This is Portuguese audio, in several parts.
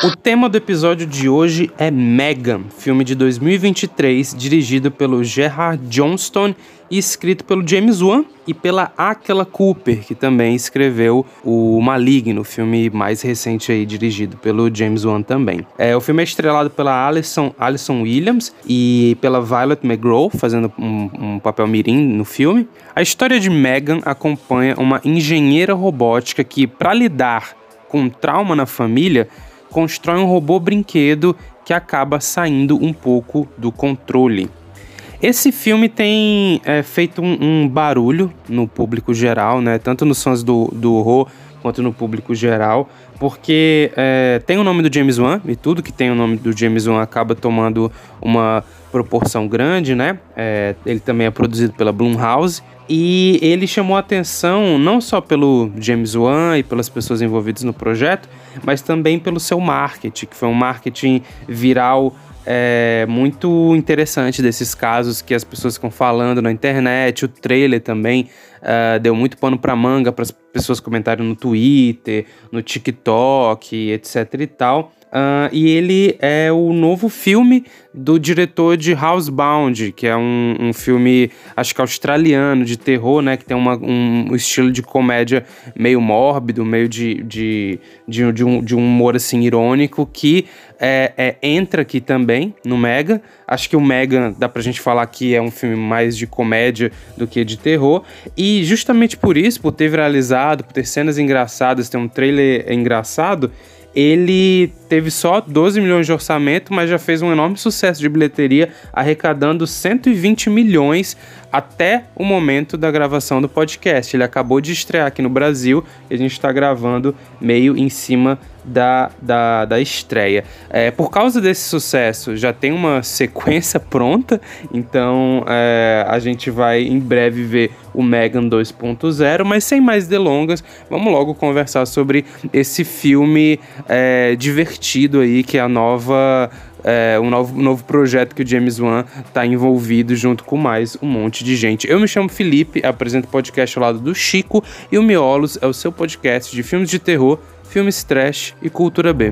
O tema do episódio de hoje é Megan, filme de 2023, dirigido pelo Gerard Johnston e escrito pelo James Wan e pela Akela Cooper, que também escreveu o Maligno, filme mais recente aí, dirigido pelo James Wan também. O filme é estrelado pela Alison Williams e pela Violet McGraw, fazendo um papel mirim no filme. A história de Megan acompanha uma engenheira robótica que, para lidar com um trauma na família, constrói um robô brinquedo que acaba saindo um pouco do controle. Esse filme tem feito um barulho no público geral, né? Tanto nos fãs do horror quanto no público geral, porque tem o nome do James Wan, e tudo que tem o nome do James Wan acaba tomando uma proporção grande, né? Ele também é produzido pela Blumhouse, e ele chamou a atenção não só pelo James Wan e pelas pessoas envolvidas no projeto, mas também pelo seu marketing, que foi um marketing viral muito interessante desses casos que as pessoas ficam falando na internet. O trailer também deu muito pano pra manga para as pessoas comentarem no Twitter, no TikTok, etc e tal. E ele é o novo filme do diretor de Housebound, que é um filme, acho que australiano, de terror, né? Que tem um estilo de comédia meio mórbido, meio de um humor, assim, irônico, que entra aqui também no Megan. Acho que o Megan, dá pra gente falar que é um filme mais de comédia do que de terror. E justamente por isso, por ter viralizado, por ter cenas engraçadas, ter um trailer engraçado, ele teve só 12 milhões de orçamento, mas já fez um enorme sucesso de bilheteria, arrecadando 120 milhões até o momento da gravação do podcast. Ele acabou de estrear aqui no Brasil e a gente está gravando meio em cima da estreia. Por causa desse sucesso, já tem uma sequência pronta, então a gente vai em breve ver o Megan 2.0, mas sem mais delongas, vamos logo conversar sobre esse filme divertido aí, que é um novo projeto que o James Wan está envolvido junto com mais um monte de gente. Eu me chamo Felipe, apresento o podcast ao lado do Chico, e o Miolos é o seu podcast de filmes de terror, filmes trash e cultura B.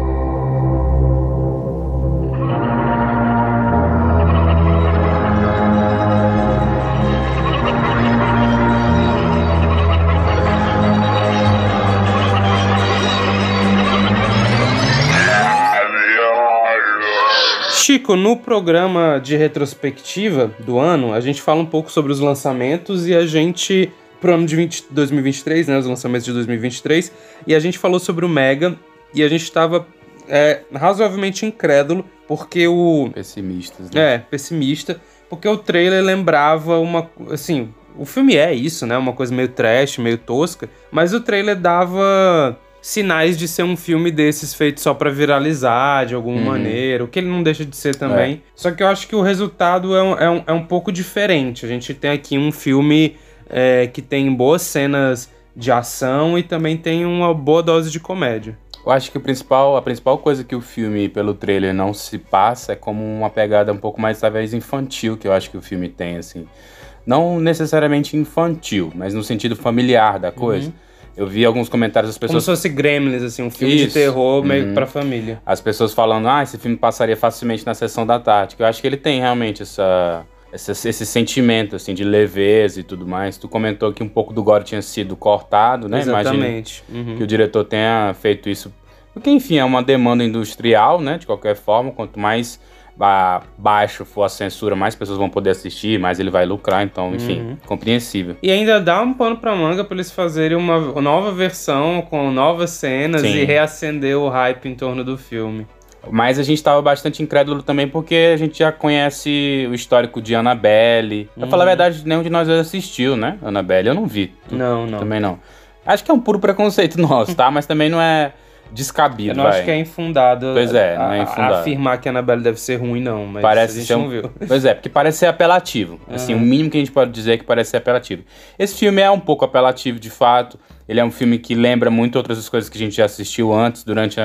Chico, no programa de retrospectiva do ano, a gente fala um pouco sobre os lançamentos e a gente, pro ano de 2023, né, os lançamentos de 2023, e a gente falou sobre o Megan e a gente estava razoavelmente incrédulo, porque Pessimistas, né? Pessimista, porque o trailer lembrava assim, o filme é isso, né, uma coisa meio trash, meio tosca, mas o trailer dava sinais de ser um filme desses feito só pra viralizar de alguma maneira, o que ele não deixa de ser também. Só que eu acho que o resultado é um pouco diferente. A gente tem aqui um filme que tem boas cenas de ação e também tem uma boa dose de comédia. Eu acho que a principal coisa que o filme, pelo trailer, não se passa é como uma pegada um pouco mais, talvez, infantil, que eu acho que o filme tem, assim. Não necessariamente infantil, mas no sentido familiar da coisa. Eu vi alguns comentários das pessoas... Como se fosse Gremlins, assim, um filme de terror meio pra família. As pessoas falando, esse filme passaria facilmente na sessão da tarde. Que eu acho que ele tem realmente esse sentimento, assim, de leveza e tudo mais. Tu comentou que um pouco do gore tinha sido cortado, né? Exatamente. Imagino que o diretor tenha feito isso. Porque, enfim, é uma demanda industrial, né? De qualquer forma, quanto mais baixo for a censura, mais pessoas vão poder assistir, mais ele vai lucrar, então, enfim, compreensível. E ainda dá um pano pra manga pra eles fazerem uma nova versão com novas cenas e reacender o hype em torno do filme. Mas a gente tava bastante incrédulo também porque a gente já conhece o histórico de Annabelle. Pra falar a verdade, nenhum de nós assistiu, né? Annabelle, eu não vi. Não. Também não. Acho que é um puro preconceito nosso, tá? Mas também não é descabido, Eu não acho que é infundado. Pois é, não é infundado. Afirmar que a Annabelle deve ser ruim, não, mas parece a gente ser não viu. Pois é, porque parece ser apelativo. Assim, o mínimo que a gente pode dizer é que parece ser apelativo. Esse filme é um pouco apelativo, de fato. Ele é um filme que lembra muito outras coisas que a gente já assistiu antes, durante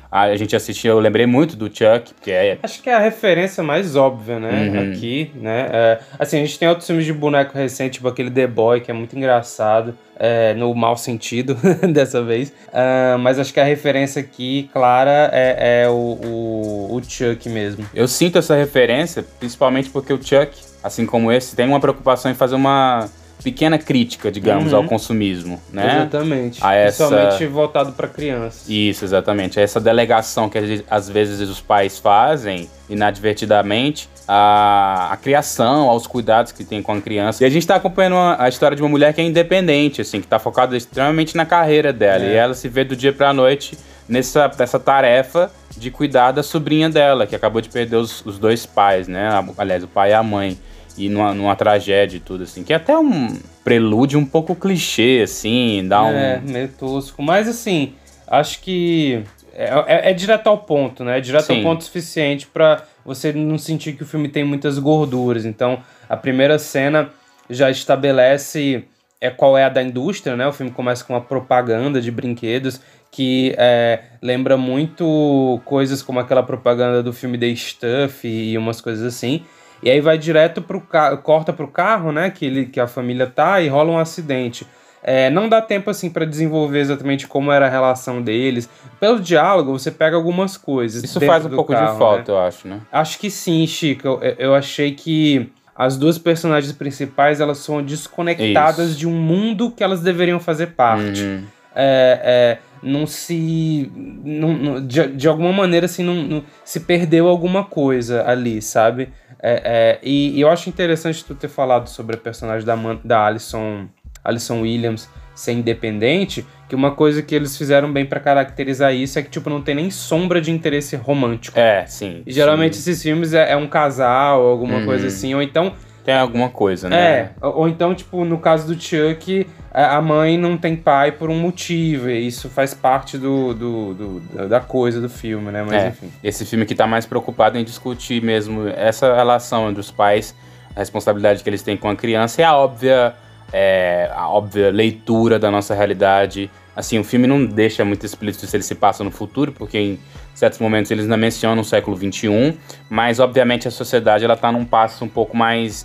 a gente assistiu, eu lembrei muito do Chuck, que é... Acho que é a referência mais óbvia, né, aqui, né, assim, a gente tem outros filmes de boneco recente, tipo aquele The Boy, que é muito engraçado, no mau sentido, dessa vez, mas acho que a referência aqui, clara, é o Chuck mesmo. Eu sinto essa referência, principalmente porque o Chuck, assim como esse, tem uma preocupação em fazer uma pequena crítica, digamos, ao consumismo, né? Exatamente. Essa... Principalmente voltado para crianças. Isso, exatamente. Essa delegação que às vezes os pais fazem inadvertidamente, a criação, aos cuidados que tem com a criança. E a gente tá acompanhando a história de uma mulher que é independente, assim, que tá focada extremamente na carreira dela. E ela se vê do dia pra noite nessa tarefa de cuidar da sobrinha dela, que acabou de perder os dois pais, né? Aliás, o pai e a mãe. E numa tragédia e tudo, assim. Que é até um prelúdio um pouco clichê, assim, meio tosco. Mas, assim, acho que é direto ao ponto, né? É direto ao ponto suficiente pra você não sentir que o filme tem muitas gorduras. Então, a primeira cena já estabelece qual é a da indústria, né? O filme começa com uma propaganda de brinquedos que lembra muito coisas como aquela propaganda do filme The Stuff e umas coisas assim. E aí vai direto corta pro carro, né, que a família tá, e rola um acidente. Não dá tempo, assim, pra desenvolver exatamente como era a relação deles. Pelo diálogo, você pega algumas coisas. Isso faz um pouco de falta, né? Eu acho, né? Acho que sim, Chico. Eu achei que as duas personagens principais, elas são desconectadas de um mundo que elas deveriam fazer parte. Não se... de alguma maneira, assim, não se perdeu alguma coisa ali, sabe? E eu acho interessante tu ter falado sobre a personagem da Alison Williams ser independente, que uma coisa que eles fizeram bem pra caracterizar isso é que, tipo, não tem nem sombra de interesse romântico. Sim. E geralmente esses filmes é um casal, alguma coisa assim, ou então... Tem alguma coisa, né? Ou então, tipo, no caso do Chuck, a mãe não tem pai por um motivo, e isso faz parte da coisa do filme, né? Mas enfim. Esse filme que tá mais preocupado em discutir mesmo essa relação entre os pais, a responsabilidade que eles têm com a criança e a óbvia leitura da nossa realidade. Assim, o filme não deixa muito explícito se ele se passa no futuro, porque em certos momentos eles não mencionam o século XXI, mas obviamente a sociedade ela tá num passo um pouco mais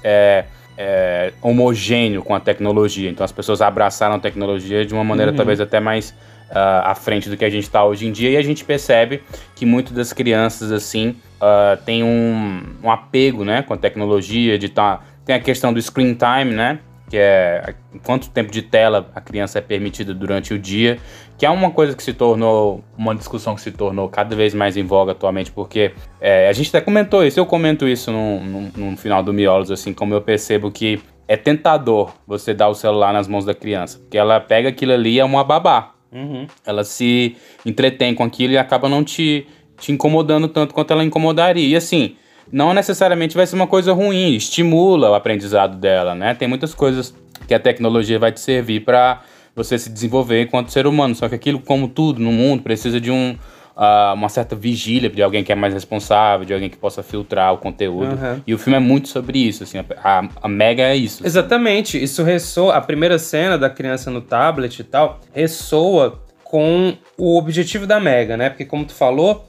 homogêneo com a tecnologia. Então as pessoas abraçaram a tecnologia de uma maneira talvez até mais à frente do que a gente está hoje em dia, e a gente percebe que muitas das crianças assim têm um apego, né, com a tecnologia, tem a questão do screen time, né, que é quanto tempo de tela a criança é permitida durante o dia, que é uma coisa que se tornou, uma discussão que se tornou cada vez mais em voga atualmente, porque a gente até comentou isso, eu comento isso no final do Miolos, assim, como eu percebo que é tentador você dar o celular nas mãos da criança, porque ela pega aquilo ali, é uma babá, ela se entretém com aquilo e acaba não te incomodando tanto quanto ela incomodaria, e assim... Não necessariamente vai ser uma coisa ruim, estimula o aprendizado dela, né? Tem muitas coisas que a tecnologia vai te servir para você se desenvolver enquanto ser humano. Só que aquilo, como tudo no mundo, precisa de uma certa vigília, de alguém que é mais responsável, de alguém que possa filtrar o conteúdo. E o filme é muito sobre isso, assim, a Mega é isso. Assim. Exatamente, isso ressoa, a primeira cena da criança no tablet e tal, ressoa com o objetivo da Mega, né? Porque como tu falou...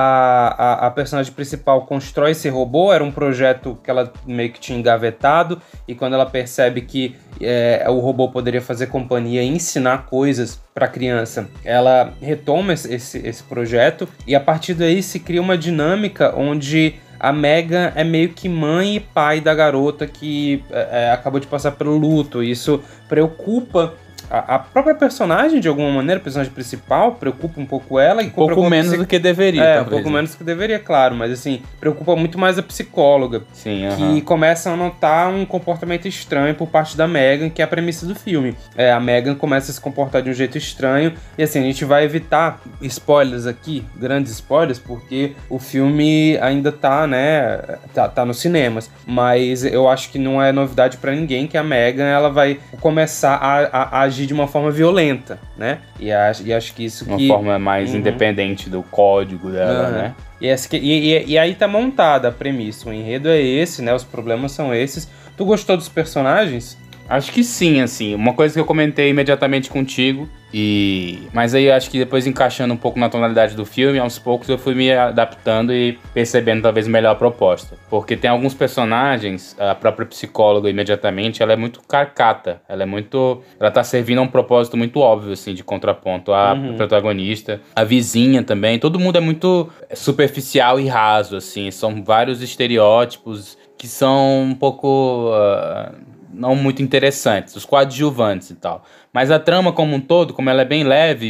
A personagem principal constrói esse robô, era um projeto que ela meio que tinha engavetado, e quando ela percebe que o robô poderia fazer companhia e ensinar coisas para a criança, ela retoma esse projeto, e a partir daí se cria uma dinâmica onde a Megan é meio que mãe e pai da garota que acabou de passar pelo luto, e isso preocupa a própria personagem, de alguma maneira, a personagem principal, preocupa um pouco ela. E um pouco menos do que deveria, talvez. Um pouco menos do que deveria, claro. Mas, assim, preocupa muito mais a psicóloga. Sim, que começa a notar um comportamento estranho por parte da Megan, que é a premissa do filme. A Megan começa a se comportar de um jeito estranho. E, assim, a gente vai evitar spoilers aqui, grandes spoilers, porque o filme ainda tá, né, tá nos cinemas. Mas eu acho que não é novidade pra ninguém que a Megan, ela vai começar a agir de uma forma violenta, né? E acho que isso uma forma mais independente do código dela, né? E aí tá montada a premissa. O enredo é esse, né? Os problemas são esses. Tu gostou dos personagens? Acho que sim, assim. Uma coisa que eu comentei imediatamente contigo, mas aí acho que depois encaixando um pouco na tonalidade do filme, aos poucos eu fui me adaptando e percebendo talvez melhor a proposta. Porque tem alguns personagens, a própria psicóloga imediatamente, ela é muito carcata. Ela tá servindo a um propósito muito óbvio, assim, de contraponto à protagonista. A vizinha também. Todo mundo é muito superficial e raso, assim. São vários estereótipos que são um pouco... não muito interessantes, os coadjuvantes e tal. Mas a trama como um todo, como ela é bem leve,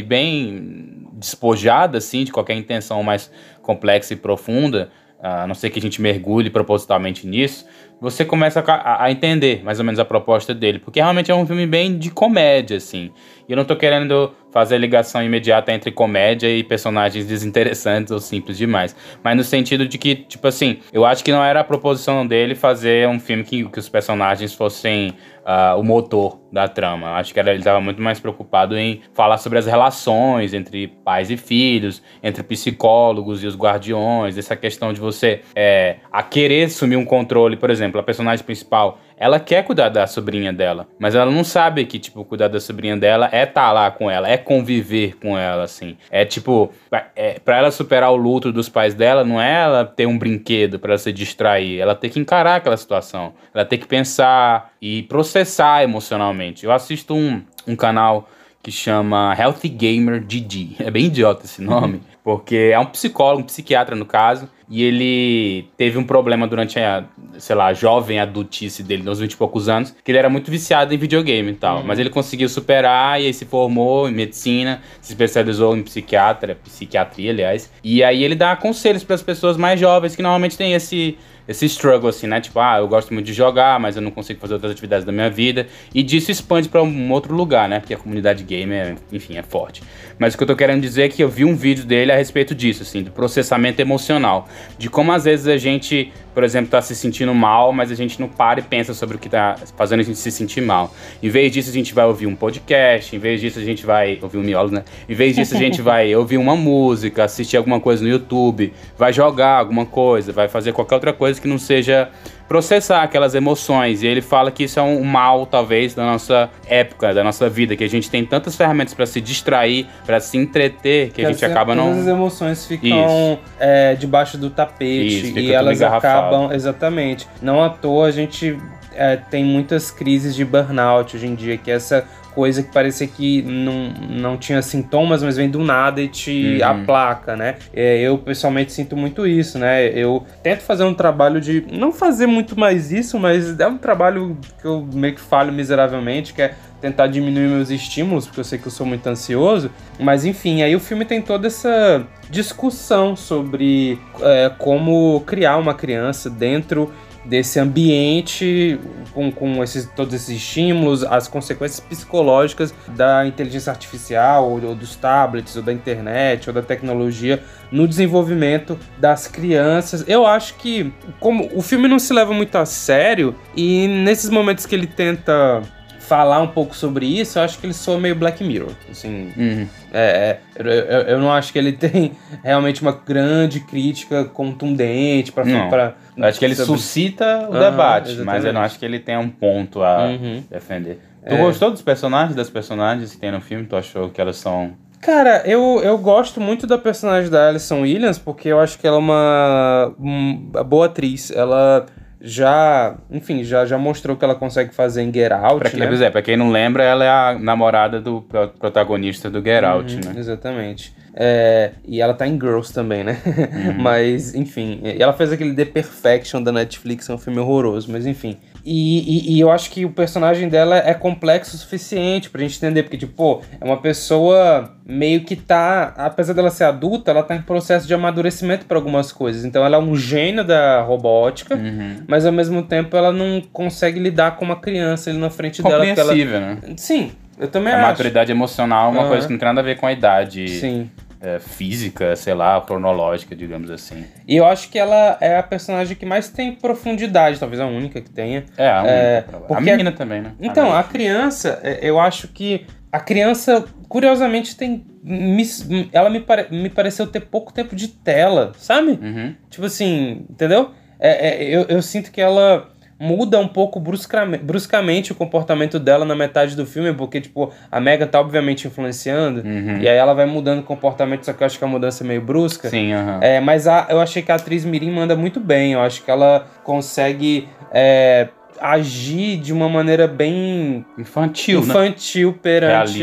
bem despojada, assim, de qualquer intenção mais complexa e profunda, a não ser que a gente mergulhe propositalmente nisso, você começa a entender mais ou menos a proposta dele, porque realmente é um filme bem de comédia, assim. E eu não tô querendo fazer a ligação imediata entre comédia e personagens desinteressantes ou simples demais. Mas no sentido de que, tipo assim, eu acho que não era a proposição dele fazer um filme que os personagens fossem o motor da trama. Eu acho que ele estava muito mais preocupado em falar sobre as relações entre pais e filhos, entre psicólogos e os guardiões, essa questão de você a querer assumir um controle. Por exemplo, a personagem principal, ela quer cuidar da sobrinha dela, mas ela não sabe que, tipo, cuidar da sobrinha dela é estar lá com ela, é conviver com ela, assim. É, tipo, pra ela superar o luto dos pais dela, não é ela ter um brinquedo pra ela se distrair, ela ter que encarar aquela situação, ela ter que pensar e processar emocionalmente. Eu assisto um canal que chama Healthy Gamer GG. É bem idiota esse nome, porque é um psicólogo, um psiquiatra no caso, e ele teve um problema durante a jovem adultice dele, nos 20 e poucos anos, que ele era muito viciado em videogame e tal, mas ele conseguiu superar e aí se formou em medicina, se especializou em psiquiatria, aliás, e aí ele dá conselhos para as pessoas mais jovens que normalmente têm esse struggle, assim, né? Tipo, eu gosto muito de jogar, mas eu não consigo fazer outras atividades da minha vida. E disso expande pra um outro lugar, né? Porque a comunidade gamer, enfim, é forte. Mas o que eu tô querendo dizer é que eu vi um vídeo dele a respeito disso, assim, do processamento emocional. De como às vezes a gente, por exemplo, tá se sentindo mal, mas a gente não para e pensa sobre o que tá fazendo a gente se sentir mal. Em vez disso, a gente vai ouvir um podcast, em vez disso, a gente vai ouvir um miolo, né? Em vez disso, a gente vai ouvir uma música, assistir alguma coisa no YouTube, vai jogar alguma coisa, vai fazer qualquer outra coisa que não seja processar aquelas emoções. E ele fala que isso é um mal, talvez, da nossa época, da nossa vida, que a gente tem tantas ferramentas para se distrair, para se entreter, que a gente acaba não... Todas as emoções ficam debaixo do tapete. Isso, e elas acabam... Exatamente. Não à toa a gente tem muitas crises de burnout hoje em dia, que é essa coisa que parecia que não tinha sintomas, mas vem do nada e te aplaca, né? Eu, pessoalmente, sinto muito isso, né? Eu tento fazer um trabalho de... não fazer muito mais isso, mas é um trabalho que eu meio que falho miseravelmente, que é tentar diminuir meus estímulos, porque eu sei que eu sou muito ansioso. Mas, enfim, aí o filme tem toda essa discussão sobre como criar uma criança dentro desse ambiente com todos esses estímulos, as consequências psicológicas da inteligência artificial, ou dos tablets, ou da internet, ou da tecnologia no desenvolvimento das crianças. Eu acho que, como o filme não se leva muito a sério, e nesses momentos que ele tenta falar um pouco sobre isso, eu acho que ele soa meio Black Mirror, assim. Eu não acho que ele tem realmente uma grande crítica contundente para acho que ele suscita o debate, exatamente. Mas eu não acho que ele tenha um ponto a defender. Tu gostou dos personagens, das personagens que tem no filme? Tu achou que elas são... Cara, eu gosto muito da personagem da Alison Williams, porque eu acho que ela é uma boa atriz. Ela já mostrou que ela consegue fazer em Get Out, né? Pra quem não lembra, ela é a namorada do protagonista do Get Out, né? Exatamente. E ela tá em Girls também, né? Mas, enfim, ela fez aquele The Perfection da Netflix, é um filme horroroso, mas enfim. E eu acho que o personagem dela é complexo o suficiente pra gente entender, porque, tipo, é uma pessoa meio que tá, apesar dela ser adulta, ela tá em processo de amadurecimento pra algumas coisas. Então ela é um gênio da robótica, mas ao mesmo tempo ela não consegue lidar com uma criança ali na frente dela. Compreensível, né? Sim, eu também acho. A maturidade emocional é uma coisa que não tem nada a ver com a idade. Sim. Física, sei lá, cronológica, digamos assim. E eu acho que ela é a personagem que mais tem profundidade, talvez a única que tenha. A única. A menina também, né? Então, a criança, eu acho que a criança, curiosamente, ela me pareceu ter pouco tempo de tela, sabe? Tipo assim, entendeu? Eu sinto que ela muda um pouco bruscamente o comportamento dela na metade do filme, porque, tipo, a Megan tá obviamente influenciando, e aí ela vai mudando o comportamento, só que eu acho que a mudança é meio brusca. Sim, mas eu achei que a atriz Mirim manda muito bem, eu acho que ela consegue agir de uma maneira bem infantil, né? Perante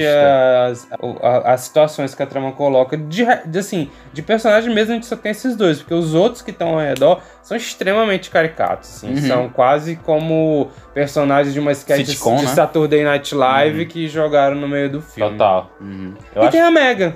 as situações que a trama coloca. De personagem mesmo, a gente só tem esses dois, porque os outros que estão ao redor são extremamente caricatos, assim, são quase como personagens de uma sketch sitcom, de Saturday Night Live que jogaram no meio do filme. Total. Tem a Megan.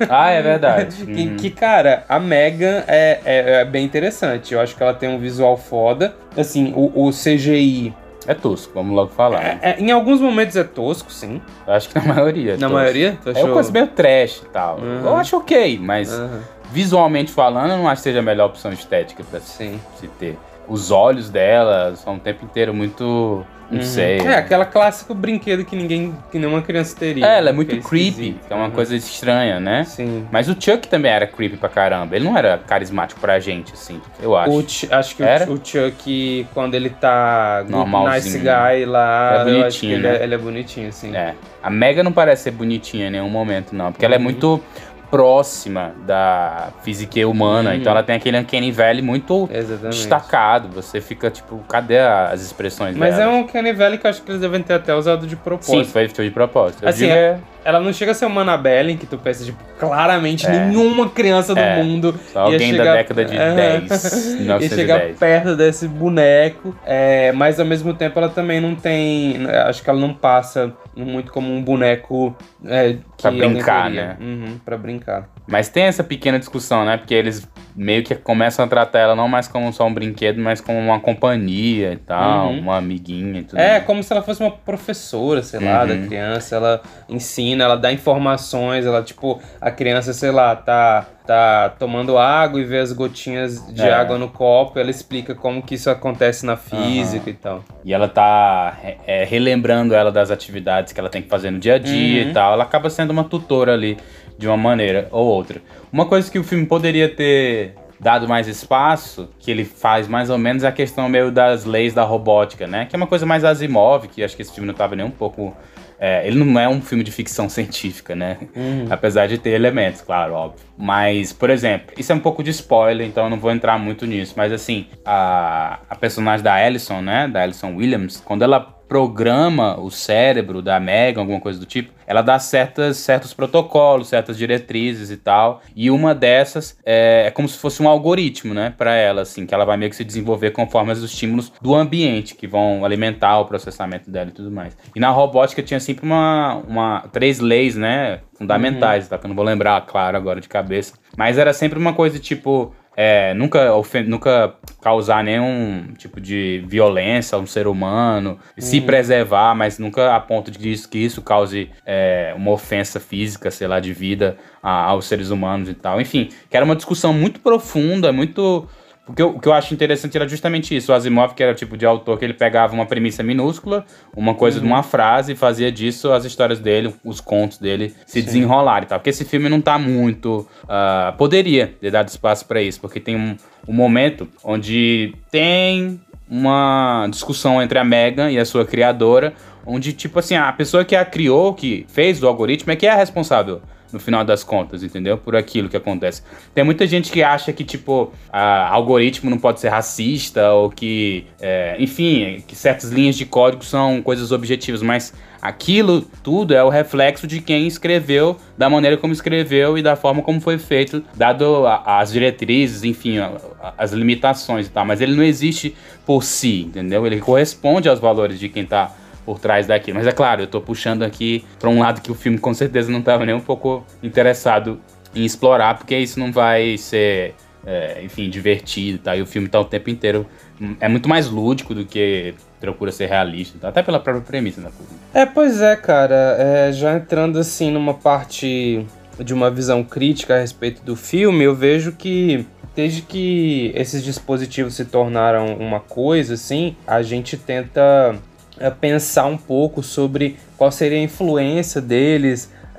É verdade. que, cara, a Megan é bem interessante. Eu acho que ela tem um visual foda. Assim, o CGI... é tosco, vamos logo falar. Em alguns momentos é tosco, sim. Eu acho que na maioria. Na maioria? Tu achou? É uma coisa meio trash e tal. Eu acho ok, mas visualmente falando, eu não acho que seja a melhor opção estética pra se ter. Os olhos dela são o tempo inteiro muito... não sei. Aquela clássico brinquedo que nenhuma criança teria. Ela é muito creepy, que é uma coisa estranha, né? Sim. Mas o Chuck também era creepy pra caramba. Ele não era carismático pra gente, assim, eu acho. Acho que o Chuck, quando ele tá normalzinho, nice guy lá, é bonitinho, eu acho que né? ele é bonitinho, sim. A Megan não parece ser bonitinha em nenhum momento, não. Porque ela é muito próxima da física humana. Então ela tem aquele uncanny valley muito destacado. Você fica tipo, cadê as expressões dela? Mas é um uncanny valley que eu acho que eles devem ter até usado de propósito. Sim, foi de propósito. Assim, ela não chega a ser uma Annabelle, que tu pensa, tipo, claramente nenhuma criança do mundo só alguém da década de 10, 1910. Ia chegar perto desse boneco, mas ao mesmo tempo ela também não tem... Acho que ela não passa muito como um boneco que pra brincar, né? Pra brincar. Mas tem essa pequena discussão, né? Porque eles meio que começam a tratar ela não mais como só um brinquedo, mas como uma companhia e tal, uma amiguinha e tudo. Como se ela fosse uma professora, sei lá, da criança. Ela ensina, ela dá informações, ela, tipo, a criança, sei lá, tá tomando água e vê as gotinhas de água no copo, ela explica como que isso acontece na física e tal. E ela tá relembrando ela das atividades que ela tem que fazer no dia a dia e tal. Ela acaba sendo uma tutora ali, de uma maneira ou outra. Uma coisa que o filme poderia ter dado mais espaço, que ele faz mais ou menos, é a questão meio das leis da robótica, né? Que é uma coisa mais Asimov, que acho que esse filme não tava nem um pouco... ele não é um filme de ficção científica, né? Apesar de ter elementos, claro, óbvio. Mas, por exemplo, isso é um pouco de spoiler, então eu não vou entrar muito nisso. Mas assim, a personagem da Allison, né? Da Allison Williams, quando ela programa o cérebro da Megan, alguma coisa do tipo, ela dá certos protocolos, certas diretrizes e tal, e uma dessas é como se fosse um algoritmo, né, pra ela, assim, que ela vai meio que se desenvolver conforme os estímulos do ambiente, que vão alimentar o processamento dela e tudo mais. E na robótica tinha sempre três leis, né, fundamentais, tá, que eu não vou lembrar, claro, agora de cabeça, mas era sempre uma coisa tipo... nunca causar nenhum tipo de violência a um ser humano, se preservar, mas nunca a ponto de que isso cause uma ofensa física, sei lá, de vida aos seres humanos e tal. Enfim, que era uma discussão muito profunda, muito... Porque o que eu acho interessante era justamente isso. O Asimov, que era o tipo de autor que ele pegava uma premissa minúscula, uma coisa de uma frase, e fazia disso as histórias dele, os contos dele se desenrolarem e tal. Porque esse filme não tá muito... poderia ter dado espaço pra isso, porque tem um momento onde tem uma discussão entre a Megan e a sua criadora, onde, tipo assim, a pessoa que a criou, que fez o algoritmo, é que é a responsável no final das contas, entendeu? Por aquilo que acontece. Tem muita gente que acha que, tipo, algoritmo não pode ser racista, ou que, enfim, que certas linhas de código são coisas objetivas, mas aquilo tudo é o reflexo de quem escreveu, da maneira como escreveu e da forma como foi feito, dado as diretrizes, enfim, as limitações e tal, mas ele não existe por si, entendeu? Ele corresponde aos valores de quem tá por trás daquilo. Mas é claro, eu tô puxando aqui pra um lado que o filme com certeza não tava nem um pouco interessado em explorar, porque isso não vai ser, enfim, divertido, tá? E o filme tá o tempo inteiro... É muito mais lúdico do que procura ser realista, tá? Até pela própria premissa da coisa. Pois é, cara. Já entrando, assim, numa parte de uma visão crítica a respeito do filme, eu vejo que desde que esses dispositivos se tornaram uma coisa, assim, a gente tenta... pensar um pouco sobre qual seria a influência deles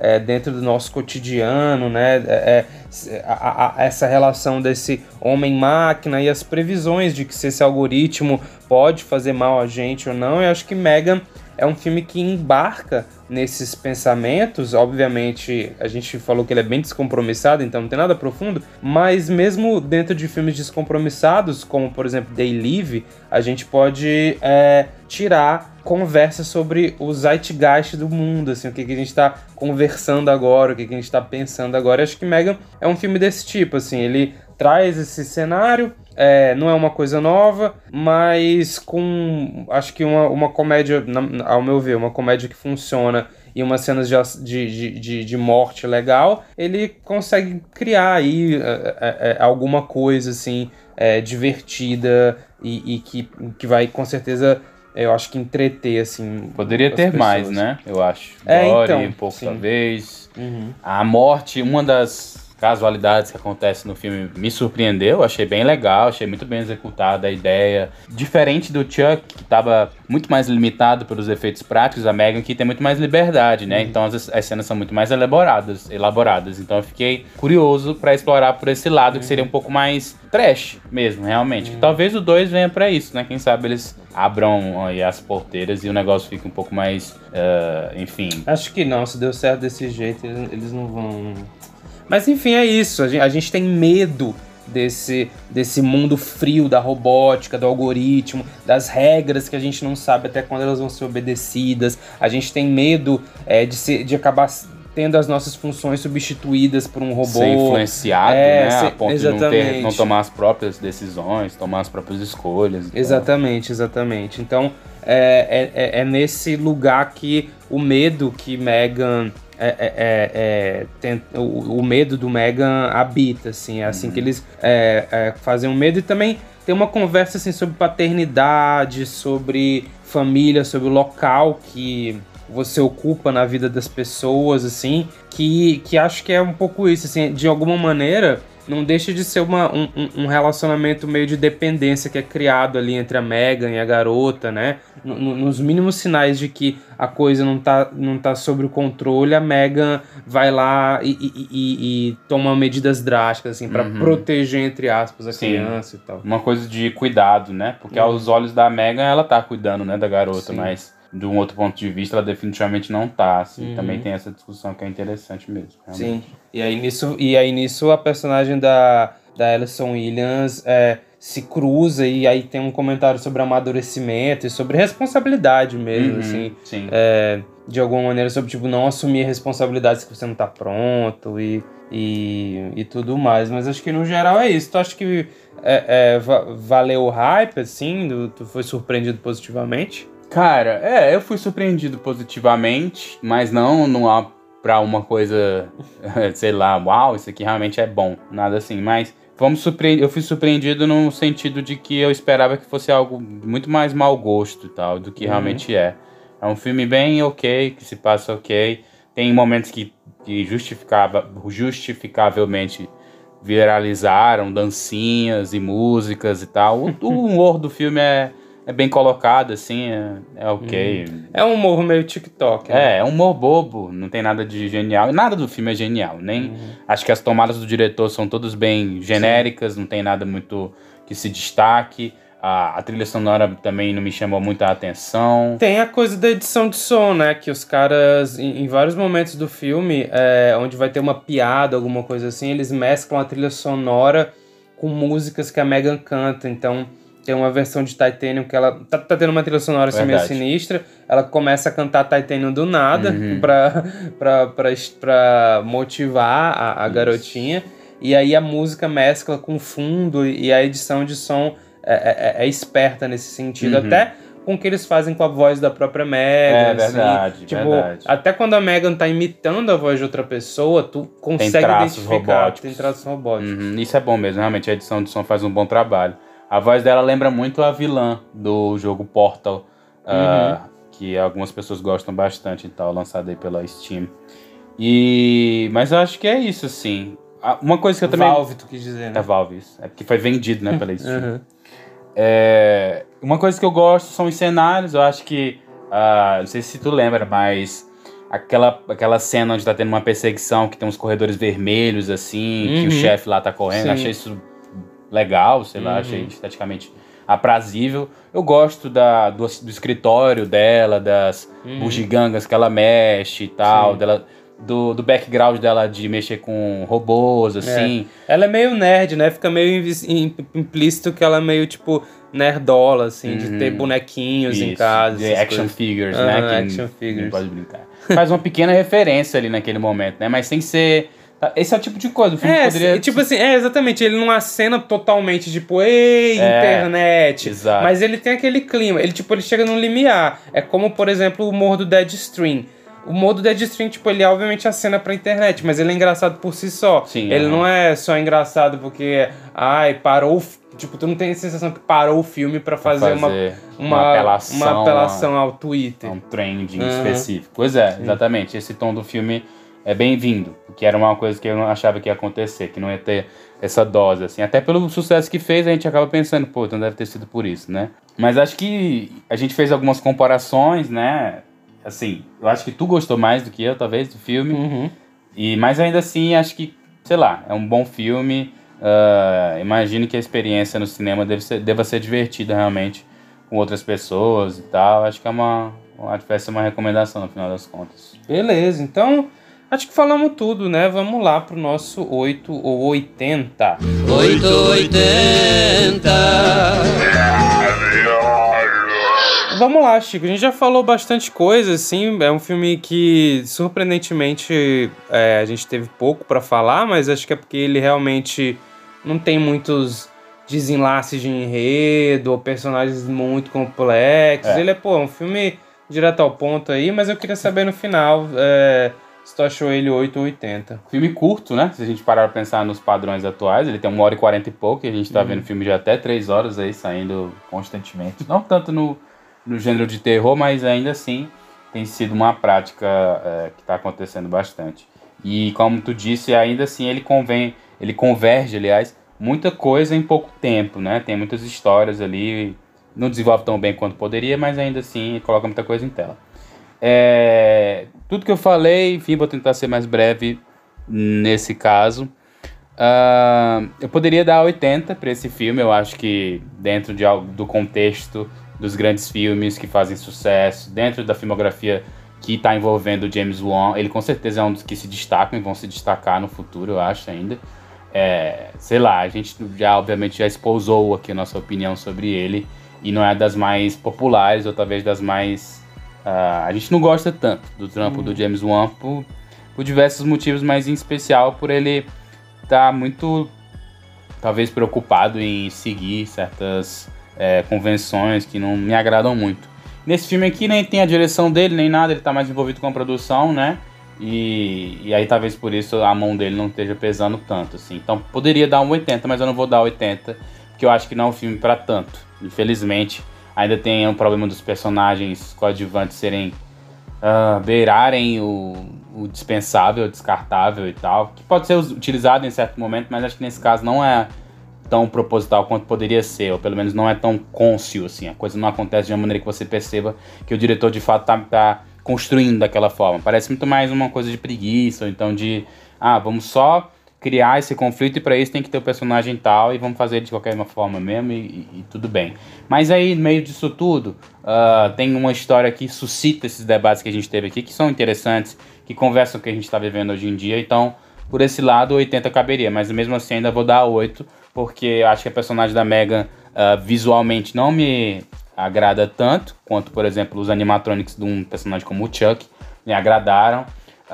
dentro do nosso cotidiano, né? Essa relação desse homem-máquina e as previsões de que se esse algoritmo pode fazer mal a gente ou não. Eu acho que Megan é um filme que embarca nesses pensamentos. Obviamente, a gente falou que ele é bem descompromissado, então não tem nada profundo, mas mesmo dentro de filmes descompromissados, como, por exemplo, They Live, a gente pode tirar conversa sobre o zeitgeist do mundo, assim, o que a gente está conversando agora, o que a gente está pensando agora. Eu acho que Megan é um filme desse tipo, assim, ele traz esse cenário, não é uma coisa nova, mas acho que uma comédia, ao meu ver, uma comédia que funciona e umas cenas de morte legal, ele consegue criar aí alguma coisa assim, divertida e que vai com certeza, eu acho que entreter, assim. Poderia ter pessoas. Mais, né? Eu acho. Então, um pouco, sim. Talvez. Uhum. A morte, uma das casualidades que acontece no filme me surpreendeu, achei bem legal, achei muito bem executada a ideia. Diferente do Chuck, que estava muito mais limitado pelos efeitos práticos, a Megan aqui tem muito mais liberdade, né? Então as cenas são muito mais elaboradas. Então eu fiquei curioso para explorar por esse lado, que seria um pouco mais trash mesmo, realmente. Que talvez o 2 venha para isso, né? Quem sabe eles abram aí as porteiras e o negócio fique um pouco mais, enfim. Acho que não, se deu certo desse jeito, eles não vão... Mas enfim, é isso. A gente tem medo desse mundo frio da robótica, do algoritmo, das regras que a gente não sabe até quando elas vão ser obedecidas. A gente tem medo de acabar tendo as nossas funções substituídas por um robô. Ser influenciado, né? A ponto exatamente. de não tomar as próprias decisões, tomar as próprias escolhas. Então. Exatamente. Então, é nesse lugar que o medo que Megan... o medo do Megan habita, assim, é assim que eles fazem o medo. E também tem uma conversa assim, sobre paternidade, sobre família, sobre o local que você ocupa na vida das pessoas, assim, que acho que é um pouco isso, assim, de alguma maneira não deixa de ser um relacionamento meio de dependência que é criado ali entre a Megan e a garota, né? Nos mínimos sinais de que a coisa não tá sob o controle, a Megan vai lá e toma medidas drásticas, assim, pra proteger, entre aspas, a criança e tal. Uma coisa de cuidado, né? Porque aos olhos da Megan, ela tá cuidando, né, da garota, mas de um outro ponto de vista, ela definitivamente não tá, assim. Também tem essa discussão que é interessante mesmo. Realmente. Sim. E aí nisso a personagem da Alison Williams se cruza, e aí tem um comentário sobre amadurecimento e sobre responsabilidade mesmo, assim. Sim. De alguma maneira, sobre, tipo, não assumir responsabilidades que você não tá pronto e tudo mais. Mas acho que no geral é isso. Tu acha que valeu o hype, assim? Tu foi surpreendido positivamente? Cara, eu fui surpreendido positivamente, mas não há pra uma coisa, sei lá, uau, isso aqui realmente é bom, nada assim, mas eu fui surpreendido no sentido de que eu esperava que fosse algo muito mais mau gosto e tal, do que realmente é. É um filme bem ok, que se passa ok, tem momentos que justificavelmente viralizaram, dancinhas e músicas e tal. O humor do filme é bem colocado, assim, é ok. É um humor meio TikTok, né? É um humor bobo, não tem nada de genial. E nada do filme é genial, nem... Acho que as tomadas do diretor são todas bem genéricas, não tem nada muito que se destaque. A trilha sonora também não me chamou muita atenção. Tem a coisa da edição de som, né? Que os caras, em vários momentos do filme, onde vai ter uma piada, alguma coisa assim, eles mesclam a trilha sonora com músicas que a Megan canta, então... Tem uma versão de Titanium que ela tá tendo uma trilha sonora assim meio sinistra. Ela começa a cantar Titanium do nada pra motivar a garotinha. E aí a música mescla com fundo e a edição de som é esperta nesse sentido. Até com o que eles fazem com a voz da própria Megan. Verdade, tipo, verdade. Até quando a Megan tá imitando a voz de outra pessoa, tu consegue identificar. Tem traços robóticos. Isso é bom mesmo, realmente a edição de som faz um bom trabalho. A voz dela lembra muito a vilã do jogo Portal, que algumas pessoas gostam bastante e tal, lançado aí pela Steam. Mas eu acho que é isso, assim. Uma coisa que eu também... Valve, tu quis dizer, né? É Valve, isso. É porque foi vendido, né, pela Steam. Uma coisa que eu gosto são os cenários. Eu acho que... não sei se tu lembra, mas... aquela cena onde tá tendo uma perseguição, que tem uns corredores vermelhos, assim, que o chefe lá tá correndo. Achei isso legal, sei lá, achei esteticamente aprazível. Eu gosto do escritório dela, das bugigangas que ela mexe e tal, do background dela de mexer com robôs, assim. Ela é meio nerd, né? Fica meio implícito que ela é meio, tipo, nerdola, assim, de ter bonequinhos em casa. De action figures, né? Que action figures. Não pode brincar. Faz uma pequena referência ali naquele momento, né? Mas sem ser... Esse é o tipo de coisa, o filme poderia... tipo assim, exatamente, ele não acena totalmente, tipo, ei, internet. Exato. Mas ele tem aquele clima, ele chega num limiar. É como, por exemplo, o humor do Deadstream. O humor do Deadstream, tipo, ele obviamente acena pra internet, mas ele é engraçado por si só. Sim, ele não é só engraçado porque, parou... Tipo, tu não tem a sensação que parou o filme pra fazer uma apelação ao Twitter. Um trending específico. Pois é, exatamente. Esse tom do filme é bem-vindo, que era uma coisa que eu não achava que ia acontecer, que não ia ter essa dose, assim. Até pelo sucesso que fez, a gente acaba pensando, pô, então deve ter sido por isso, né? Mas acho que a gente fez algumas comparações, né? Assim, eu acho que tu gostou mais do que eu, talvez, do filme. Mas ainda assim, acho que, sei lá, é um bom filme. Imagino que a experiência no cinema deva ser divertida realmente com outras pessoas e tal. Acho que vai ser uma recomendação no final das contas. Beleza, então acho que falamos tudo, né? Vamos lá pro nosso 8 ou 80. 880. Vamos lá, Chico. A gente já falou bastante coisa, assim. É um filme que, surpreendentemente, a gente teve pouco pra falar, mas acho que é porque ele realmente não tem muitos desenlaces de enredo ou personagens muito complexos. Ele é um filme direto ao ponto aí, mas eu queria saber no final se tu achou ele 8 ou 80. Filme curto, né? Se a gente parar pra pensar nos padrões atuais, ele tem 1h40 e pouco, e a gente tá vendo filme de até 3 horas aí, saindo constantemente. Não tanto no gênero de terror, mas ainda assim tem sido uma prática que tá acontecendo bastante. E como tu disse, ainda assim ele converge, aliás, muita coisa em pouco tempo, né? Tem muitas histórias ali, não desenvolve tão bem quanto poderia, mas ainda assim coloca muita coisa em tela. Tudo que eu falei, enfim, vou tentar ser mais breve nesse caso. Eu poderia dar 80 para esse filme, eu acho que dentro do contexto dos grandes filmes que fazem sucesso, dentro da filmografia que está envolvendo o James Wan, ele com certeza é um dos que se destacam e vão se destacar no futuro, eu acho ainda. Sei lá, a gente obviamente já espousou aqui a nossa opinião sobre ele, e não é das mais populares, ou talvez das mais... a gente não gosta tanto do trampo do James Wan por diversos motivos, mas em especial por ele estar muito, talvez, preocupado em seguir certas convenções que não me agradam muito. Nesse filme aqui nem tem a direção dele, nem nada, ele tá mais envolvido com a produção, né? E aí talvez por isso a mão dele não esteja pesando tanto, assim. Então poderia dar um 80, mas eu não vou dar 80, porque eu acho que não é um filme pra tanto. Infelizmente, ainda tem o problema dos personagens coadjuvantes serem... beirarem o dispensável, descartável e tal, que pode ser utilizado em certo momento, mas acho que nesse caso não é tão proposital quanto poderia ser, ou pelo menos não é tão cônscio, assim, a coisa não acontece de uma maneira que você perceba que o diretor de fato tá construindo daquela forma. Parece muito mais uma coisa de preguiça, ou então de, vamos só criar esse conflito e para isso tem que ter o personagem tal e vamos fazer de qualquer forma mesmo e tudo bem. Mas aí, no meio disso tudo, tem uma história que suscita esses debates que a gente teve aqui, que são interessantes, que conversam com o que a gente está vivendo hoje em dia, então, por esse lado, 80 caberia, mas mesmo assim ainda vou dar 8, porque eu acho que a personagem da Megan visualmente não me agrada tanto, quanto, por exemplo, os animatronics de um personagem como o Chuck me agradaram.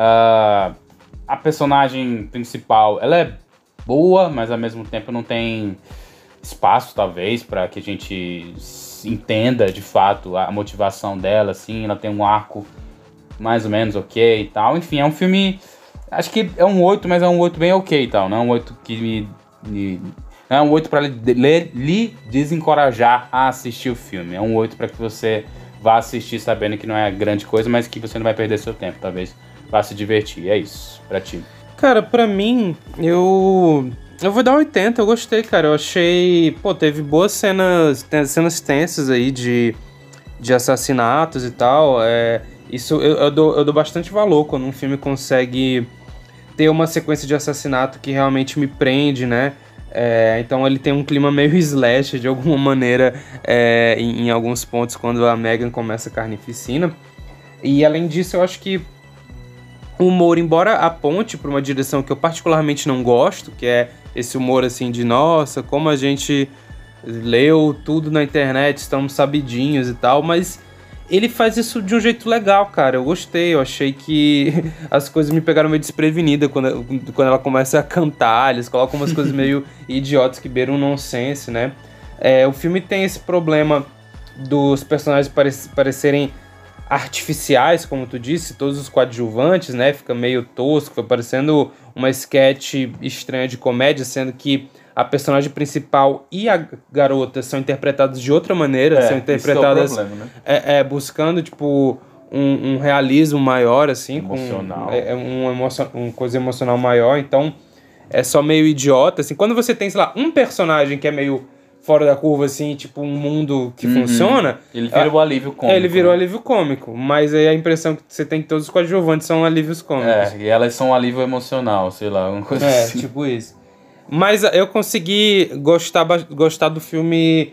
A personagem principal, ela é boa, mas ao mesmo tempo não tem espaço, talvez, para que a gente entenda de fato a motivação dela, assim. Ela tem um arco mais ou menos ok e tal. Enfim, é um filme, acho que é um 8, mas é um 8 bem ok e tal. Não é um 8 que não é um 8 para lhe desencorajar a assistir o filme. É um 8 para que você vá assistir sabendo que não é grande coisa, mas que você não vai perder seu tempo, talvez vá se divertir. É isso, pra ti. Cara, pra mim, eu vou dar 80, eu gostei, cara. Eu achei, teve boas cenas tensas aí de assassinatos e tal. Isso eu dou bastante valor quando um filme consegue ter uma sequência de assassinato que realmente me prende, né? Então ele tem um clima meio slash de alguma maneira em alguns pontos quando a Megan começa a carnificina. E além disso, eu acho que o humor, embora aponte para uma direção que eu particularmente não gosto, que é esse humor assim de nossa, como a gente leu tudo na internet, estamos sabidinhos e tal, mas ele faz isso de um jeito legal, cara. Eu gostei, eu achei que as coisas me pegaram meio desprevenida quando ela começa a cantar, eles colocam umas coisas meio idiotas que beiram um nonsense, né? O filme tem esse problema dos personagens parecerem artificiais, como tu disse, todos os coadjuvantes, né? Fica meio tosco, fica parecendo uma sketch estranha de comédia, sendo que a personagem principal e a garota são interpretadas de outra maneira, são interpretadas isso é o problema, né? Buscando, tipo, um realismo maior, assim, emocional. com uma coisa emocional maior, então é só meio idiota, assim. Quando você tem, sei lá, um personagem que é meio fora da curva, assim, tipo, um mundo que funciona... Ele vira o alívio cômico. Ele virou alívio cômico, mas aí a impressão que você tem que todos os coadjuvantes são alívios cômicos. E elas são um alívio emocional, sei lá, uma coisa assim. Tipo isso. Mas eu consegui gostar do filme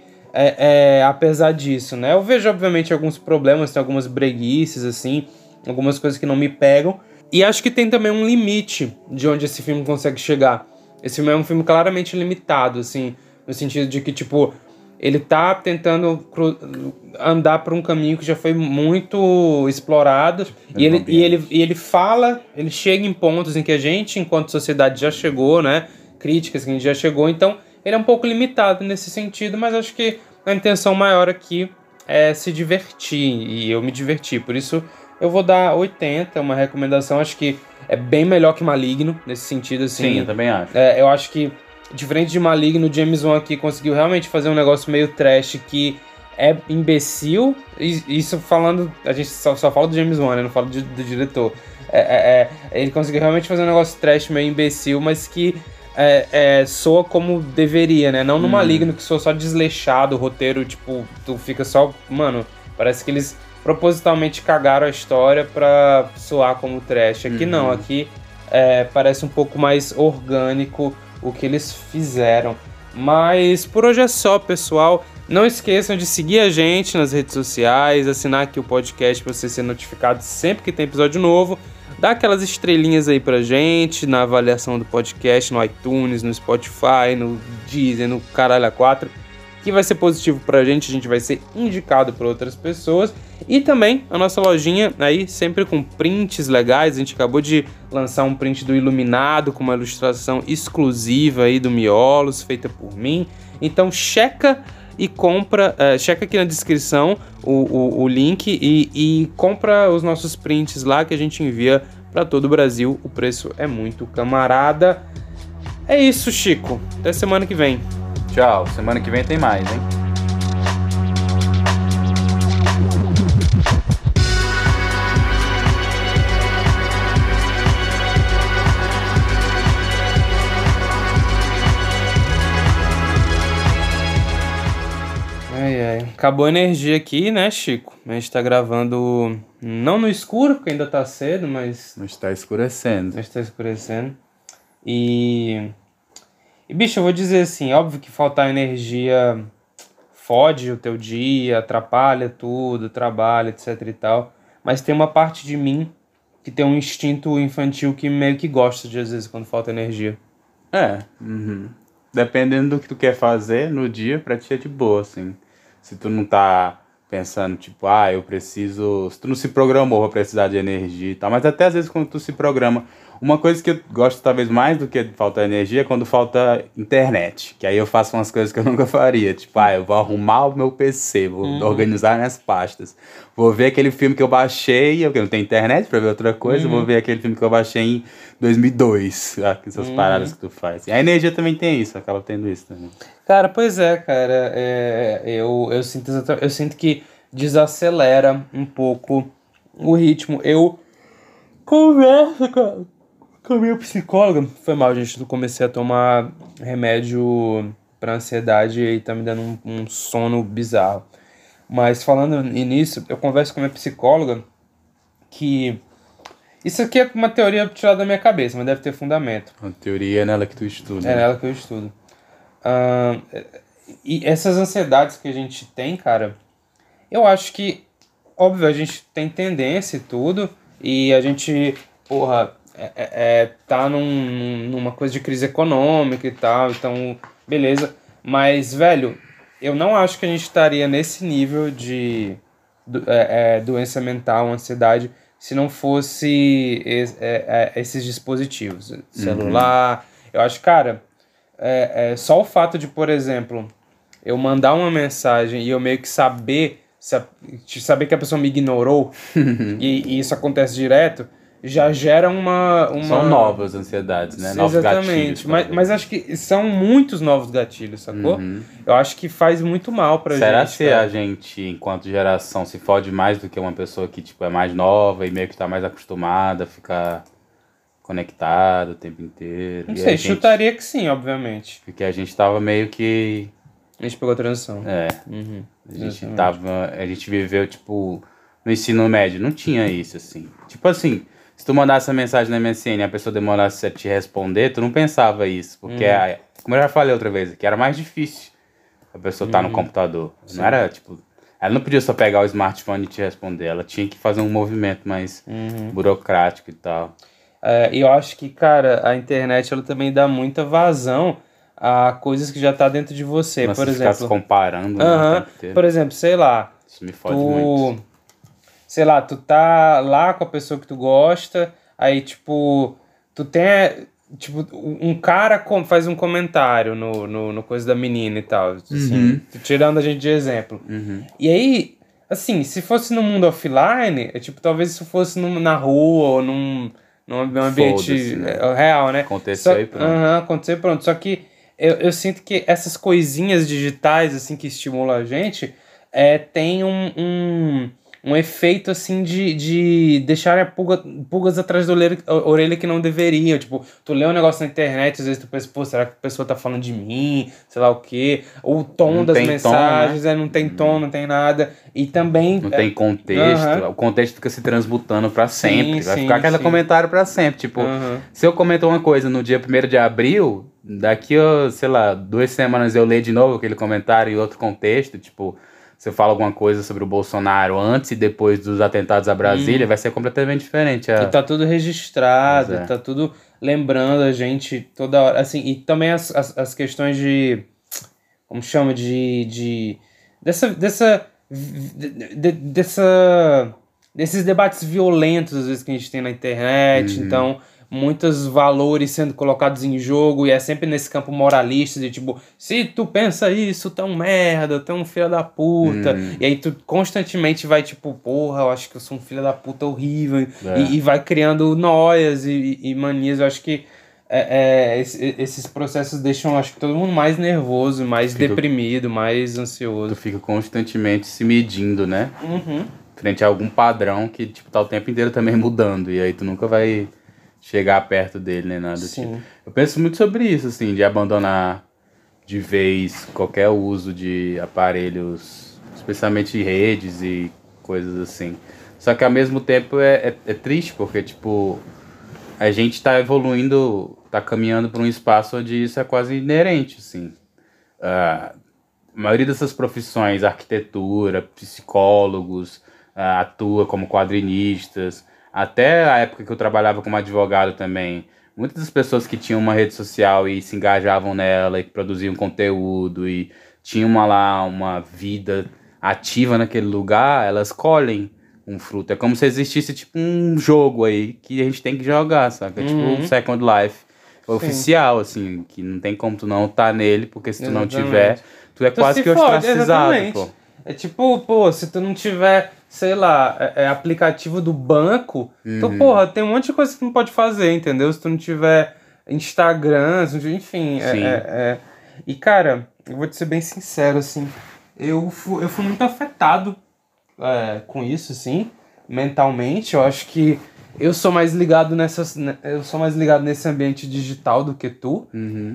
apesar disso, né? Eu vejo, obviamente, alguns problemas, tem algumas breguices, assim, algumas coisas que não me pegam. E acho que tem também um limite de onde esse filme consegue chegar. Esse filme é um filme claramente limitado, assim, no sentido de que, tipo, ele tá tentando andar por um caminho que já foi muito explorado. E ele fala, ele chega em pontos em que a gente, enquanto sociedade, já chegou, né? Críticas que a gente já chegou, então ele é um pouco limitado nesse sentido, mas acho que a intenção maior aqui é se divertir, e eu me diverti, por isso eu vou dar 80, uma recomendação, acho que é bem melhor que Maligno, nesse sentido, assim. Sim, eu também acho. Eu acho que, diferente de Maligno, o James Wan aqui conseguiu realmente fazer um negócio meio trash que é imbecil, isso falando, a gente só fala do James Wan, né? Não fala do diretor. Ele conseguiu realmente fazer um negócio trash meio imbecil, mas que soa como deveria, né? Não no Maligno, que soa só desleixado, o roteiro, tipo, tu fica só... Mano, parece que eles propositalmente cagaram a história pra soar como trash. Aqui não, aqui parece um pouco mais orgânico o que eles fizeram. Mas por hoje é só, pessoal. Não esqueçam de seguir a gente nas redes sociais, assinar aqui o podcast pra você ser notificado sempre que tem episódio novo. Dá aquelas estrelinhas aí pra gente na avaliação do podcast, no iTunes, no Spotify, no Deezer, no Caralho A4, que vai ser positivo pra gente, a gente vai ser indicado por outras pessoas. E também a nossa lojinha aí, sempre com prints legais, a gente acabou de lançar um print do Iluminado, com uma ilustração exclusiva aí do Miolos, feita por mim. Então checa e compra, checa aqui na descrição o link e compra os nossos prints lá que a gente envia para todo o Brasil. O preço é muito camarada. É isso, Chico. Até semana que vem. Tchau. Semana que vem tem mais, hein? Acabou a energia aqui, né, Chico? A gente tá gravando não no escuro, porque ainda tá cedo, mas... Não está escurecendo. Não está escurecendo. E, bicho, eu vou dizer assim, óbvio que faltar energia fode o teu dia, atrapalha tudo, trabalho, etc e tal. Mas tem uma parte de mim que tem um instinto infantil que meio que gosta de, às vezes, quando falta energia. Dependendo do que tu quer fazer no dia, pra ti é de boa, assim. Se tu não tá pensando, tipo, eu preciso... Se tu não se programou pra precisar de energia e tal. Mas até às vezes quando tu se programa... Uma coisa que eu gosto talvez mais do que faltar energia é quando falta internet. Que aí eu faço umas coisas que eu nunca faria. Tipo, eu vou arrumar o meu PC, vou organizar minhas pastas. Vou ver aquele filme que eu baixei, porque não tem internet pra ver outra coisa. Vou ver aquele filme que eu baixei em 2002. Essas paradas que tu faz. E a energia também tem isso, acaba tendo isso também. Cara, pois é, cara. Eu sinto que desacelera um pouco o ritmo. Eu converso com a minha psicóloga. Foi mal, gente. Eu comecei a tomar remédio pra ansiedade e tá me dando um sono bizarro. Mas falando nisso, eu converso com a minha psicóloga que... Isso aqui é uma teoria tirada da minha cabeça, mas deve ter fundamento. A teoria é nela que tu estuda. É nela que eu estudo. E essas ansiedades que a gente tem, cara, eu acho que, óbvio, a gente tem tendência e tudo, e a gente, porra, tá numa coisa de crise econômica e tal, então, beleza. Mas, velho, eu não acho que a gente estaria nesse nível de doença mental, ansiedade, se não fosse esses dispositivos, celular. Eu acho, cara, só o fato de, por exemplo, eu mandar uma mensagem e eu meio que saber que a pessoa me ignorou, e isso acontece direto, já gera uma... São novas ansiedades, né? Novos gatilhos. Exatamente, mas acho que são muitos novos gatilhos, sacou? Eu acho que faz muito mal pra gente. Será que cara. a gente, enquanto geração, se fode mais do que uma pessoa que tipo, é mais nova e meio que tá mais acostumada a ficar conectado o tempo inteiro? Não sei, chutaria que sim, obviamente. Porque a gente tava meio que... A gente pegou a transição. A gente viveu, tipo, no ensino médio, não tinha isso, assim. Tipo assim, se tu mandasse uma mensagem na MSN e a pessoa demorasse a te responder, tu não pensava isso. Porque, como eu já falei outra vez, que era mais difícil a pessoa estar no computador. Sim. Não era, tipo... Ela não podia só pegar o smartphone e te responder. Ela tinha que fazer um movimento mais burocrático e tal. E eu acho que, cara, a internet, ela também dá muita vazão a coisas que já tá dentro de você. Mas por se exemplo, ficar se comparando, né, o tempo inteiro. Por exemplo, sei lá, isso me fode muito. Sei lá, tu tá lá com a pessoa que tu gosta, aí tipo, tu tem, tipo, um cara faz um comentário no coisa da menina e tal, assim, tirando a gente de exemplo. E aí, assim, se fosse no mundo offline, tipo, talvez isso fosse na rua ou num ambiente real, né? Aconteceu e pronto. Aconteceu e pronto. Só que eu sinto que essas coisinhas digitais, assim, que estimulam a gente, tem um efeito, assim, de deixar pulgas atrás da orelha que não deveriam. Tipo, tu lê um negócio na internet, às vezes tu pensa, pô, será que a pessoa tá falando de mim? Sei lá o quê. O tom não das tem mensagens, tom, né? não tem tom, não tem nada. E também... Não tem contexto. O contexto fica se transmutando pra sempre. Vai ficar aquele comentário pra sempre. Tipo, se eu comento uma coisa no dia 1º de abril, daqui, sei lá, 2 semanas eu leio de novo aquele comentário em outro contexto, tipo... Se eu falo alguma coisa sobre o Bolsonaro antes e depois dos atentados a Brasília, vai ser completamente diferente. E tá tudo registrado, tá tudo lembrando a gente toda hora. Assim, e também as questões de... Como chama? Desses debates violentos, às vezes, que a gente tem na internet. Então, muitos valores sendo colocados em jogo, e é sempre nesse campo moralista de tipo, se tu pensa isso, tu é um merda, tu é um filho da puta. E aí tu constantemente vai tipo, porra, eu acho que eu sou um filho da puta horrível. E vai criando noias e manias. Eu acho que esses processos deixam, acho que, todo mundo mais nervoso, mais deprimido, mais ansioso. Tu fica constantemente se medindo, né? Frente a algum padrão que tipo, tá o tempo inteiro também mudando. E aí tu nunca vai chegar perto dele, nem nada. Tipo. Eu penso muito sobre isso, assim, de abandonar de vez qualquer uso de aparelhos, especialmente redes e coisas assim. Só que ao mesmo tempo é triste, porque tipo, a gente tá evoluindo, tá caminhando para um espaço onde isso é quase inerente, assim. A maioria dessas profissões, arquitetura, psicólogos, atua como quadrinistas. Até a época que eu trabalhava como advogado também, muitas das pessoas que tinham uma rede social e se engajavam nela e que produziam conteúdo e tinham uma vida ativa naquele lugar, elas colhem um fruto. É como se existisse tipo um jogo aí que a gente tem que jogar, saca? Tipo um Second Life oficial, assim, que não tem como tu não tá nele, porque se tu não tiver, tu é quase que ostracizado, pô. É tipo, pô, se tu não tiver, sei lá, aplicativo do banco, tu, porra, tem um monte de coisa que tu não pode fazer, entendeu? Se tu não tiver Instagram, enfim. E, cara, eu vou te ser bem sincero, assim, eu fui muito afetado com isso, assim, mentalmente. Eu acho que eu sou mais ligado nesse ambiente digital do que tu.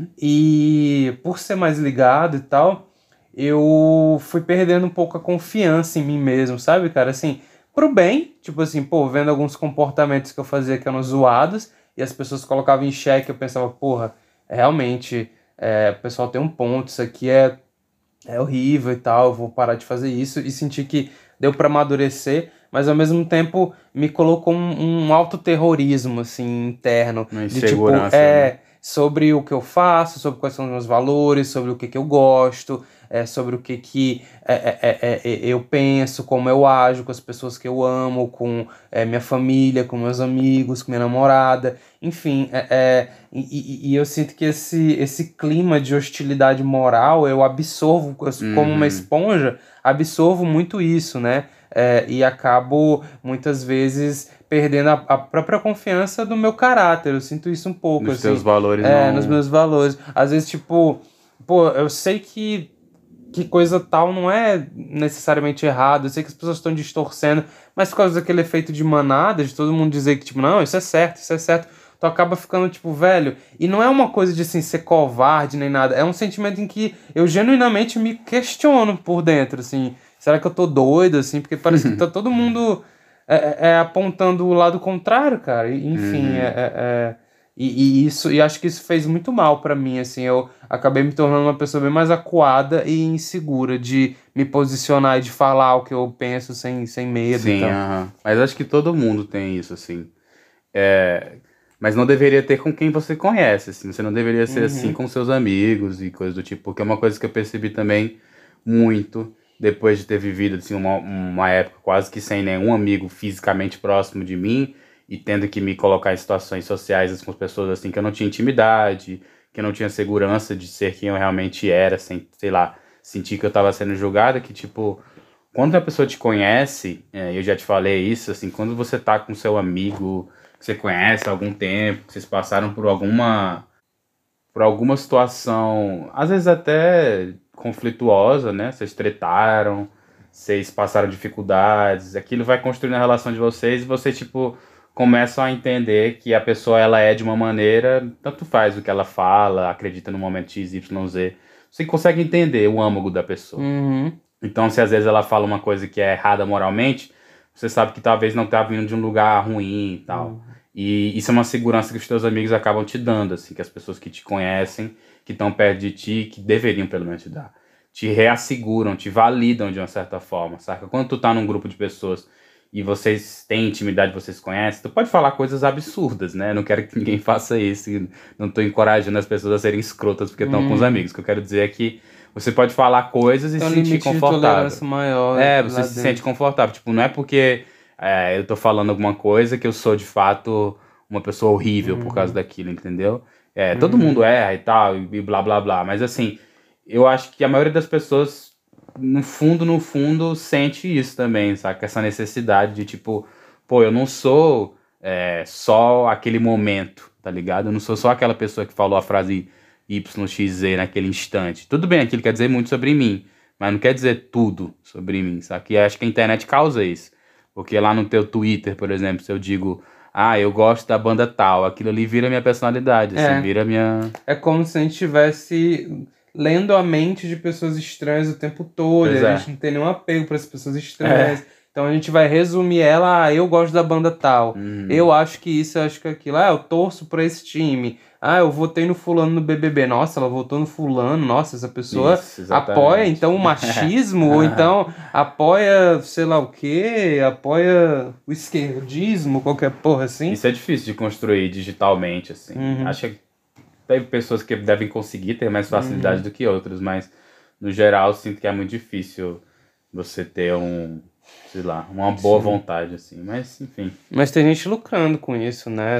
E por ser mais ligado e tal, eu fui perdendo um pouco a confiança em mim mesmo, sabe, cara? Assim, pro bem, tipo assim, pô, vendo alguns comportamentos que eu fazia que eram zoados, e as pessoas colocavam em xeque, eu pensava, porra, realmente, o pessoal tem um ponto, isso aqui é horrível e tal, eu vou parar de fazer isso, e senti que deu pra amadurecer, mas ao mesmo tempo me colocou um autoterrorismo, assim, interno, Uma de tipo, insegurança, né? sobre o que eu faço, sobre quais são os meus valores, sobre o que eu gosto, sobre o que eu penso, como eu ajo com as pessoas que eu amo, com minha família, com meus amigos, com minha namorada, enfim, e eu sinto que esse clima de hostilidade moral eu absorvo, como uma Uhum. esponja, absorvo muito isso, né? E acabo muitas vezes perdendo a própria confiança do meu caráter. Eu sinto isso um pouco, Nos teus assim, valores nos não. meus valores. Às vezes, tipo, pô, eu sei que coisa tal não é necessariamente errado, eu sei que as pessoas estão distorcendo, mas por causa daquele efeito de manada, de todo mundo dizer que, tipo, não, isso é certo, tu acaba ficando, tipo, velho. E não é uma coisa de, assim, ser covarde nem nada, é um sentimento em que eu genuinamente me questiono por dentro, assim, será que eu tô doido, assim, porque parece que tá todo mundo apontando o lado contrário, cara, enfim, Uhum. e acho que isso fez muito mal pra mim, assim, eu acabei me tornando uma pessoa bem mais acuada e insegura de me posicionar e de falar o que eu penso sem medo e Sim, tal. aham. Mas acho que todo mundo tem isso, assim. É, mas não deveria ter com quem você conhece, assim. Você não deveria ser assim Uhum, com seus amigos e coisas do tipo, porque é uma coisa que eu percebi também muito depois de ter vivido assim uma época quase que sem nenhum amigo fisicamente próximo de mim e tendo que me colocar em situações sociais assim, com pessoas assim que eu não tinha intimidade, que eu não tinha segurança de ser quem eu realmente era, sem, sei lá, sentir que eu estava sendo julgado, que tipo, quando a pessoa te conhece, eu já te falei isso, assim, quando você tá com seu amigo que você conhece há algum tempo, que vocês passaram por alguma situação, às vezes até conflituosa, né? Vocês tretaram, vocês passaram dificuldades, aquilo vai construindo a relação de vocês e você, tipo, começa a entender que a pessoa, ela é de uma maneira, tanto faz o que ela fala, acredita no momento X, Y, Z, você consegue entender o âmago da pessoa. uhum, Então, se às vezes ela fala uma coisa que é errada moralmente, você sabe que talvez não tá vindo de um lugar ruim e tal. uhum. E isso é uma segurança que os teus amigos acabam te dando, assim, que as pessoas que te conhecem, que estão perto de ti, que deveriam pelo menos te dar, te reasseguram, te validam de uma certa forma, saca? Quando tu tá num grupo de pessoas e vocês têm intimidade, vocês conhecem, tu pode falar coisas absurdas, né? Eu não quero que ninguém faça isso, e não tô encorajando as pessoas a serem escrotas porque estão com os Uhum. amigos. O que eu quero dizer é que você pode falar coisas e Tem se um sentir limite de confortável. tolerância maior É, você lá se sente dentro. confortável. Tipo, não é porque eu tô falando alguma coisa que eu sou de fato uma pessoa horrível por causa Uhum, daquilo, entendeu? É, todo mundo uhum, erra e tal, e blá blá blá. Mas assim, eu acho que a maioria das pessoas, no fundo, sente isso também, sabe? Essa necessidade de tipo, pô, eu não sou só aquele momento, tá ligado? Eu não sou só aquela pessoa que falou a frase YXZ naquele instante. Tudo bem, aquilo quer dizer muito sobre mim. Mas não quer dizer tudo sobre mim, sabe? E acho que a internet causa isso. Porque lá no teu Twitter, por exemplo, se eu digo, eu gosto da banda tal, aquilo ali vira minha personalidade, assim, É, vira minha. é como se a gente estivesse lendo a mente de pessoas estranhas o tempo todo, e Pois a é. gente não tem nenhum apego para as pessoas É. estranhas. Então a gente vai resumir ela, eu gosto da banda tal. Uhum. Eu acho que isso, eu acho que aquilo. Eu torço pra esse time. Eu votei no fulano no BBB. Nossa, ela votou no fulano. Nossa, essa pessoa Isso, apoia exatamente. então o machismo, ou então apoia sei lá o quê, apoia o esquerdismo, qualquer porra assim. Isso é difícil de construir digitalmente, assim. Uhum, Acho que tem pessoas que devem conseguir ter mais facilidade uhum. do que outras, mas no geral sinto que é muito difícil você ter sei lá, uma boa Sim. vontade, assim. Mas, enfim. Mas tem gente lucrando com isso, né?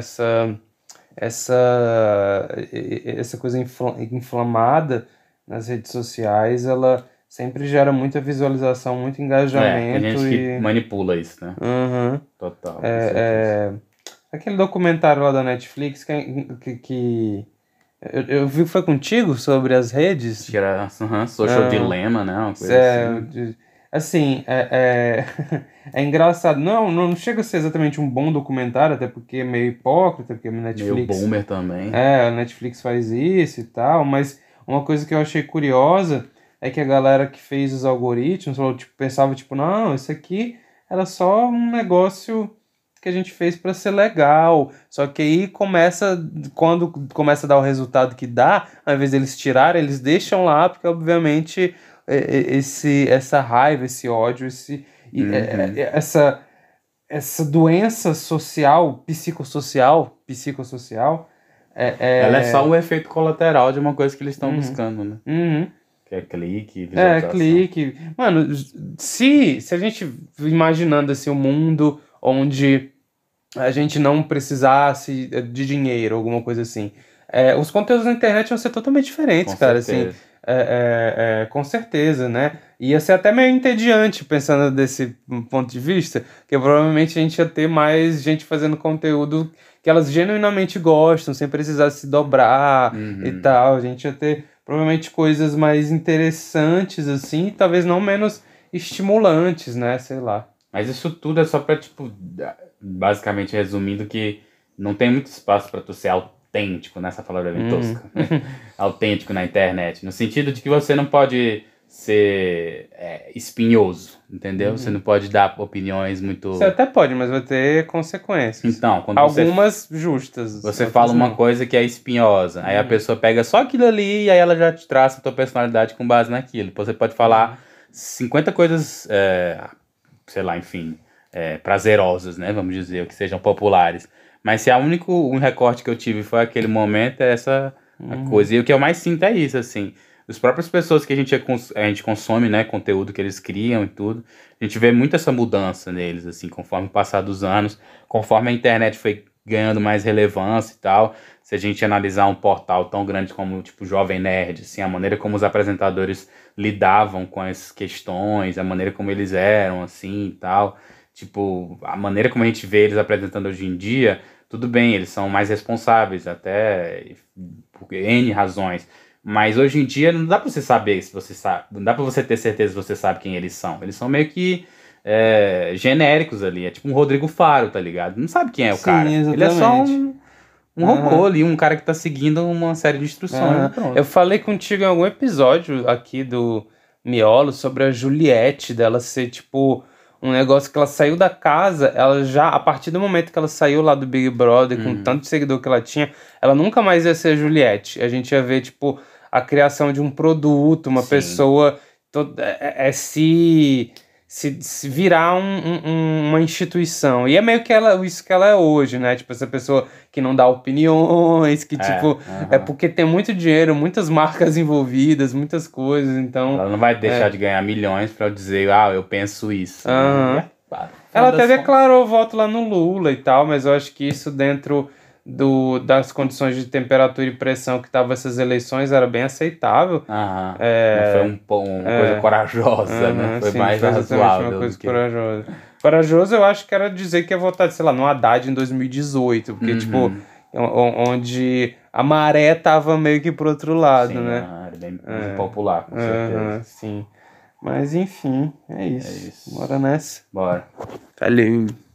Essa coisa inflamada nas redes sociais, ela sempre gera muita visualização, muito Tem gente engajamento que e. manipula isso, né? Uhum. Total, com certeza. É, aquele documentário lá da Netflix que eu vi que foi contigo sobre as Acho redes. que era Social Ah, Dilemma, né? Uma coisa é, assim. assim, é engraçado. Não chega a ser exatamente um bom documentário, até porque é meio hipócrita, porque Meio boomer também. A Netflix faz isso e tal, mas uma coisa que eu achei curiosa é que a galera que fez os algoritmos falou, tipo, pensava, tipo, não, isso aqui era só um negócio que a gente fez para ser legal. Só que aí quando começa a dar o resultado que dá, ao invés deles tirarem, eles deixam lá, porque obviamente essa raiva, esse ódio, essa doença social, psicossocial, Ela é só um efeito colateral de uma coisa que eles estão buscando, né? Uhum. Que é clique, visualização. Clique. Mano, se a gente imaginando assim, um mundo onde a gente não precisasse de dinheiro, alguma coisa assim, os conteúdos na internet vão ser totalmente diferentes, Com cara, certeza. assim, com certeza, né? Ia ser até meio entediante pensando desse ponto de vista, que provavelmente a gente ia ter mais gente fazendo conteúdo que elas genuinamente gostam, sem precisar se dobrar e tal. A gente ia ter provavelmente coisas mais interessantes, assim, e talvez não menos estimulantes, né? Sei lá. Mas isso tudo é só pra, tipo, basicamente resumindo que não tem muito espaço pra tu ser autêntico, nessa palavra bem tosca. Autêntico na internet. No sentido de que você não pode ser espinhoso, entendeu? Você não pode dar opiniões muito... Você até pode, mas vai ter consequências. Então, quando algumas justas. Você fala uma coisa que é espinhosa, aí a pessoa pega só aquilo ali e aí ela já te traça a tua personalidade com base naquilo. Você pode falar 50 coisas, sei lá, enfim, prazerosas, né? Vamos dizer, que sejam populares. Mas se um recorte que eu tive foi aquele momento, é essa a coisa. E o que eu mais sinto é isso, assim. As próprias pessoas que a gente consome, né, conteúdo que eles criam e tudo, a gente vê muito essa mudança neles, assim, conforme o passar dos anos, conforme a internet foi ganhando mais relevância e tal. Se a gente analisar um portal tão grande como, tipo, Jovem Nerd, assim, a maneira como os apresentadores lidavam com as questões, a maneira como eles eram, assim, e tal. Tipo, a maneira como a gente vê eles apresentando hoje em dia, tudo bem, eles são mais responsáveis, até por N razões. Mas hoje em dia não dá pra você saber se você sabe, não dá pra você ter certeza se você sabe quem eles são. Eles são meio que genéricos ali, é tipo um Rodrigo Faro, tá ligado? Não sabe quem é o cara. Exatamente. Ele é só um robô ali, um cara que tá seguindo uma série de instruções. E pronto. Eu falei contigo em algum episódio aqui do Miolo sobre a Juliette, dela ser tipo um negócio que ela saiu da casa, ela já, a partir do momento que ela saiu lá do Big Brother, com tanto seguidor que ela tinha, ela nunca mais ia ser a Juliette. A gente ia ver, tipo, a criação de um produto, uma pessoa se virar uma instituição. E é meio que isso que ela é hoje, né? Tipo, essa pessoa que não dá opiniões, que é porque tem muito dinheiro, muitas marcas envolvidas, muitas coisas, então... Ela não vai deixar de ganhar milhões pra dizer, eu penso isso. Ela até declarou voto lá no Lula e tal, mas eu acho que isso dentro das condições de temperatura e pressão que estavam essas eleições era bem aceitável. Não foi uma coisa corajosa, né? Foi mais razoável. Uma coisa corajosa. Corajoso eu acho que era dizer que ia votar, sei lá, no Haddad em 2018, porque, tipo, onde a maré tava meio que pro outro lado, né? Era bem popular, com certeza. Sim. Mas, enfim, é isso. Bora nessa. Bora. Valeu.